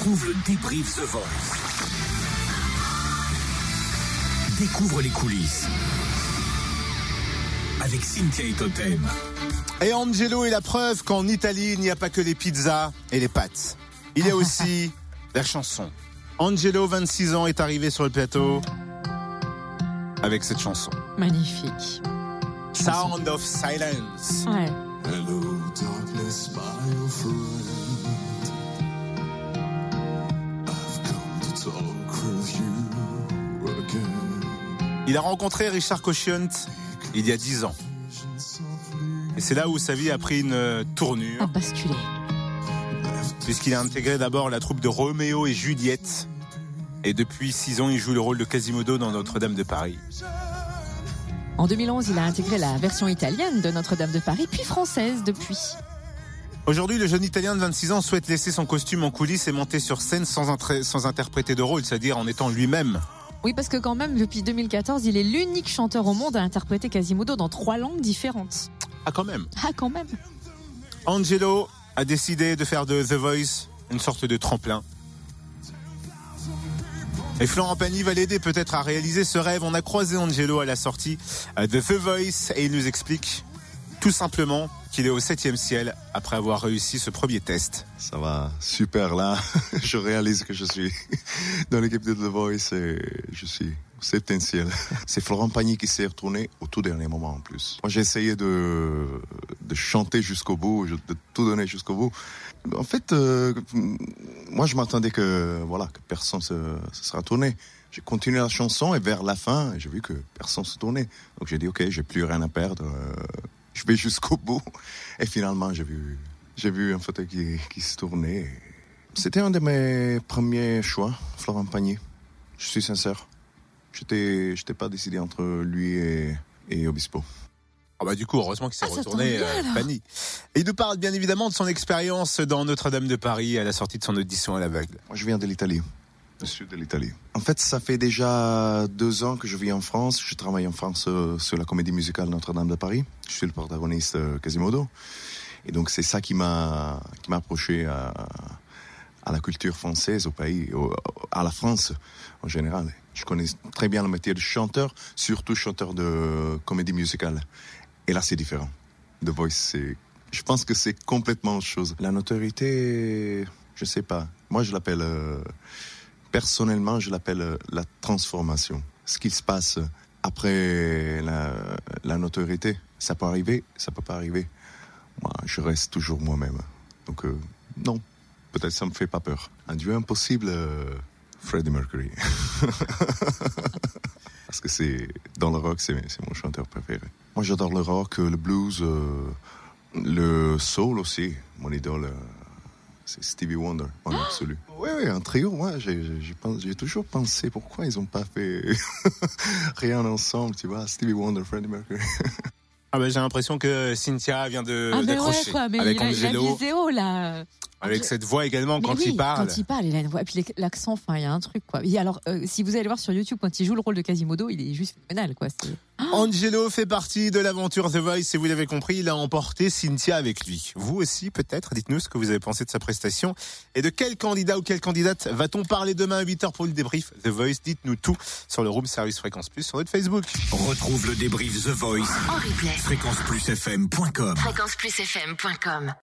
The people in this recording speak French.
Retrouve le débrief The Voice. Découvre les coulisses avec Cynthia et Totem. Et Angelo est la preuve qu'en Italie, il n'y a pas que les pizzas et les pâtes. Il y a aussi la chanson. Angelo, 26 ans, est arrivé sur le plateau avec cette chanson. Magnifique. Sound of Silence. Ouais. Hello, darkness, my old friend. I've come to talk with you again. Il a rencontré Richard Cochiant il y a 10 ans. Et c'est là où sa vie a pris une tournure. A basculé. Puisqu'il a intégré d'abord la troupe de Roméo et Juliette. Et depuis 6 ans, il joue le rôle de Quasimodo dans Notre-Dame de Paris. En 2011, il a intégré la version italienne de Notre-Dame de Paris, puis française depuis. Aujourd'hui, le jeune Italien de 26 ans souhaite laisser son costume en coulisses et monter sur scène sans interpréter de rôle, c'est-à-dire en étant lui-même. Oui, parce que quand même, depuis 2014, il est l'unique chanteur au monde à interpréter Quasimodo dans 3 langues différentes. Ah, quand même. Ah, quand même. Angelo a décidé de faire de The Voice une sorte de tremplin. Et Florent Pagny va l'aider peut-être à réaliser ce rêve. On a croisé Angelo à la sortie de The Voice et il nous explique tout simplement qu'il est au 7e ciel après avoir réussi ce premier test. Ça va super là. Je réalise que je suis dans l'équipe de The Voice et je suis au 7e ciel. C'est Florent Pagny qui s'est retourné au tout dernier moment en plus. Moi j'ai essayé de chanter jusqu'au bout, de tout donner jusqu'au bout. En fait, moi je m'attendais que personne se sera tourné. J'ai continué la chanson et vers la fin, j'ai vu que personne se tournait. Donc j'ai dit ok, j'ai plus rien à perdre. Je vais jusqu'au bout. Et finalement, j'ai vu un fauteuil qui se tournait. C'était un de mes premiers choix, Florent Pagny. Je suis sincère. J'étais pas décidé entre lui et Obispo. Ah bah du coup, heureusement qu'il s'est retourné, Pagny. Et il nous parle bien évidemment de son expérience dans Notre-Dame de Paris à la sortie de son audition à l'aveugle. Moi, je viens de l'Italie. Du sud de l'Italie. En fait, ça fait déjà 2 ans que je vis en France. Je travaille en France sur la comédie musicale Notre-Dame de Paris. Je suis le protagoniste Quasimodo. Et donc, c'est ça qui m'a approché à la culture française, au pays, à la France en général. Je connais très bien le métier de chanteur, surtout chanteur de comédie musicale. Et là, c'est différent. The Voice, je pense que c'est complètement autre chose. La notoriété, je sais pas. Moi, je l'appelle... Personnellement, je l'appelle la transformation. Ce qui se passe après la notoriété, ça peut arriver, ça peut pas arriver. Moi, je reste toujours moi-même. Donc, non, peut-être ça me fait pas peur. Un duo impossible, Freddie Mercury. Parce que dans le rock, c'est mon chanteur préféré. Moi, j'adore le rock, le blues, le soul aussi. Mon idole... c'est Stevie Wonder, en absolu. Oui, un trio, moi, j'ai toujours pensé pourquoi ils n'ont pas fait rien ensemble, tu vois, Stevie Wonder, Freddie Mercury. Ah bah j'ai l'impression que Cynthia vient d'accrocher mais avec il Angelo. a visé haut, là. Avec cette voix également il parle. Quand il parle, il a une voix. Et puis l'accent, enfin, il y a un truc, quoi. Et alors, si vous allez voir sur YouTube, quand il joue le rôle de Quasimodo, il est juste phénoménal, quoi. Angelo fait partie de l'aventure The Voice, et vous l'avez compris, il a emporté Cynthia avec lui. Vous aussi, peut-être, dites-nous ce que vous avez pensé de sa prestation. Et de quel candidat ou quelle candidate va-t-on parler demain à 8h pour le débrief The Voice? Dites-nous tout sur le Room Service Fréquence Plus sur notre Facebook. Retrouve le débrief The Voice En replay. fréquenceplusfm.com. fréquenceplusfm.com